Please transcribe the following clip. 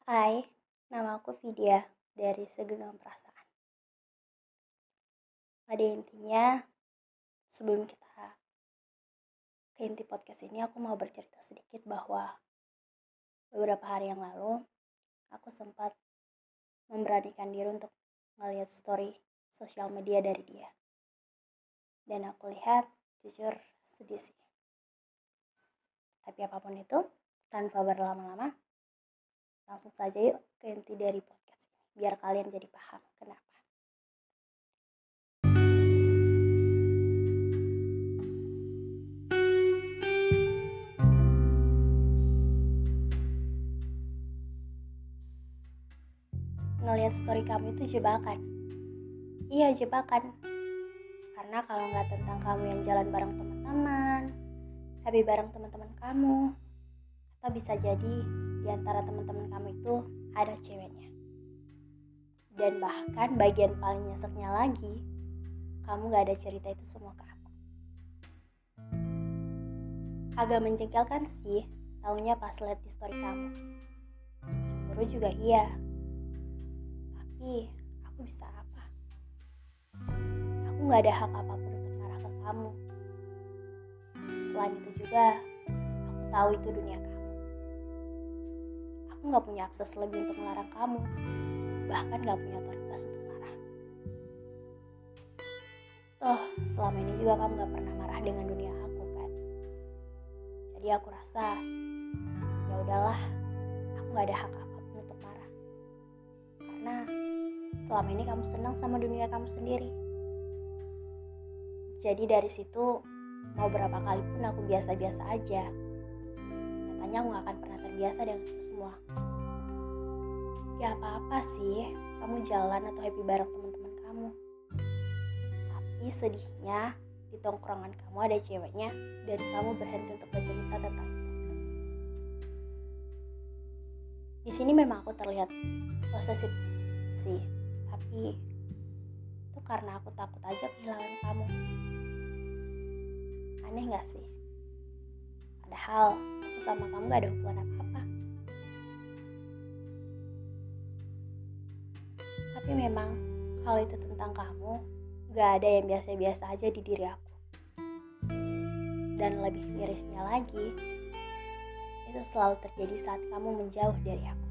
Hai, nama aku Vidya dari Segenggam Perasaan. Pada intinya, sebelum kita ke inti podcast ini, aku mau bercerita sedikit bahwa beberapa hari yang lalu, aku sempat memberanikan diri untuk ngeliat story sosial media dari dia. Dan aku lihat, jujur sedih sih. Tapi apapun itu, tanpa berlama-lama, langsung saja yuk ke inti dari podcast ini, biar kalian jadi paham kenapa. Ngelihat story kamu itu jebakan. Iya, jebakan. Karena kalau nggak tentang kamu yang jalan bareng teman-teman, happy bareng teman-teman kamu, atau bisa jadi di antara teman-teman kamu itu ada ceweknya. Dan bahkan bagian paling nyeseknya lagi, kamu nggak ada cerita itu semua ke aku. Agak menjengkelkan sih, taunya pas lihat di story kamu. Cemburu juga iya. Tapi aku bisa apa? Aku nggak ada hak apapun untuk marah ke kamu. Selain itu juga, aku tahu itu dunia kamu. Aku nggak punya akses lebih untuk melarang kamu, bahkan nggak punya otoritas untuk marah. Toh, selama ini juga kamu nggak pernah marah dengan dunia aku kan. Jadi aku rasa, ya udahlah, aku nggak ada hak apapun untuk marah. Karena selama ini kamu senang sama dunia kamu sendiri. Jadi dari situ, mau berapa kali pun aku biasa-biasa aja. Nyatanya aku gak akan pernah terbiasa dengan itu semua. Ya apa-apa sih, kamu jalan atau happy bareng teman-teman kamu. Tapi sedihnya, di tongkrongan kamu ada ceweknya dan kamu berhenti untuk bercerita tentang itu. Di sini memang aku terlihat posesif sih, tapi itu karena aku takut aja kehilangan kamu. Aneh gak sih? Padahal aku sama kamu gak ada hubungan apa-apa. Tapi memang kalau itu tentang kamu, gak ada yang biasa-biasa aja di diri aku. Dan lebih mirisnya lagi, itu selalu terjadi saat kamu menjauh dari aku.